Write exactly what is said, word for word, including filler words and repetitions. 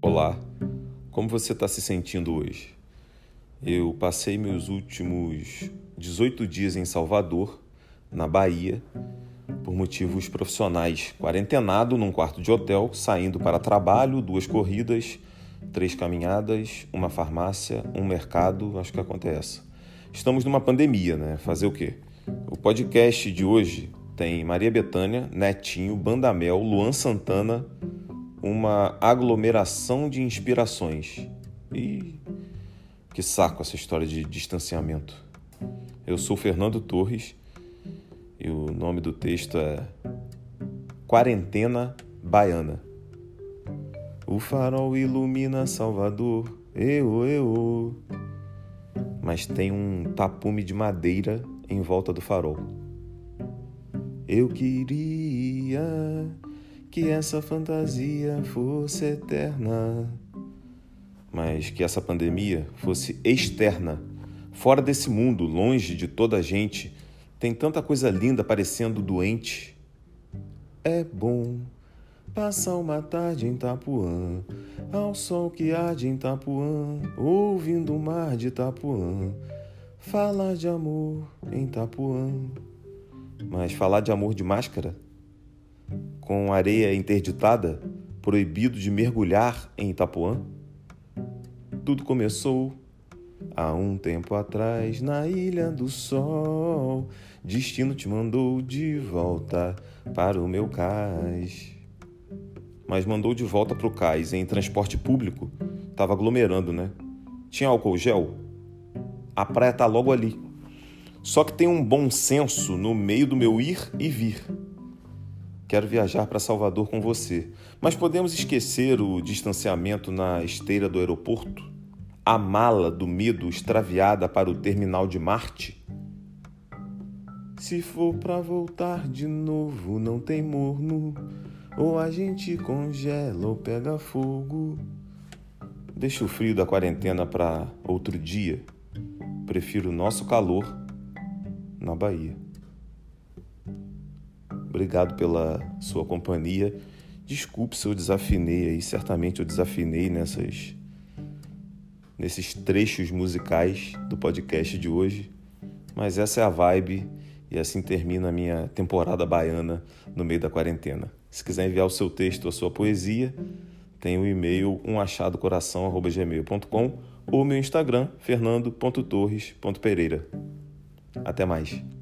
Olá, como você está se sentindo hoje? Eu passei meus últimos dezoito dias em Salvador, na Bahia, por motivos profissionais, quarentenado num quarto de hotel, saindo para trabalho, duas corridas, três caminhadas, uma farmácia, um mercado, acho que acontece. Estamos numa pandemia, né? Fazer o quê? O podcast de hoje tem Maria Bethânia, Netinho, Bandamel, Luan Santana, uma aglomeração de inspirações. E que saco essa história de distanciamento. Eu sou Fernando Torres e o nome do texto é Quarentena Baiana. O farol ilumina Salvador, eu, eu. Mas tem um tapume de madeira em volta do farol. Eu queria que essa fantasia fosse eterna, mas que essa pandemia fosse externa, fora desse mundo, longe de toda a gente. Tem tanta coisa linda parecendo doente. É bom passar uma tarde em Itapuã, ao sol que arde em Itapuã, ouvindo o mar de Itapuã, falar de amor em Itapuã. Mas falar de amor de máscara? Com areia interditada, proibido de mergulhar em Itapuã? Tudo começou há um tempo atrás, na Ilha do Sol. Destino te mandou de volta para o meu cais. Mas mandou de volta para o cais em transporte público. Tava aglomerando, né? Tinha álcool gel? A praia tá logo ali. Só que tem um bom senso no meio do meu ir e vir. Quero viajar para Salvador com você, mas podemos esquecer o distanciamento na esteira do aeroporto? A mala do medo extraviada para o terminal de Marte? Se for para voltar de novo, não tem morno, ou a gente congela ou pega fogo. Deixa o frio da quarentena para outro dia. Prefiro o nosso calor na Bahia. Obrigado pela sua companhia. Desculpe se eu desafinei aí, certamente eu desafinei nessas, nesses trechos musicais do podcast de hoje, mas essa é a vibe e assim termina a minha temporada baiana no meio da quarentena. Se quiser enviar o seu texto ou a sua poesia, tem o e-mail um achado coração arroba gmail ponto com ou meu Instagram, fernando ponto torres ponto pereira. Até mais.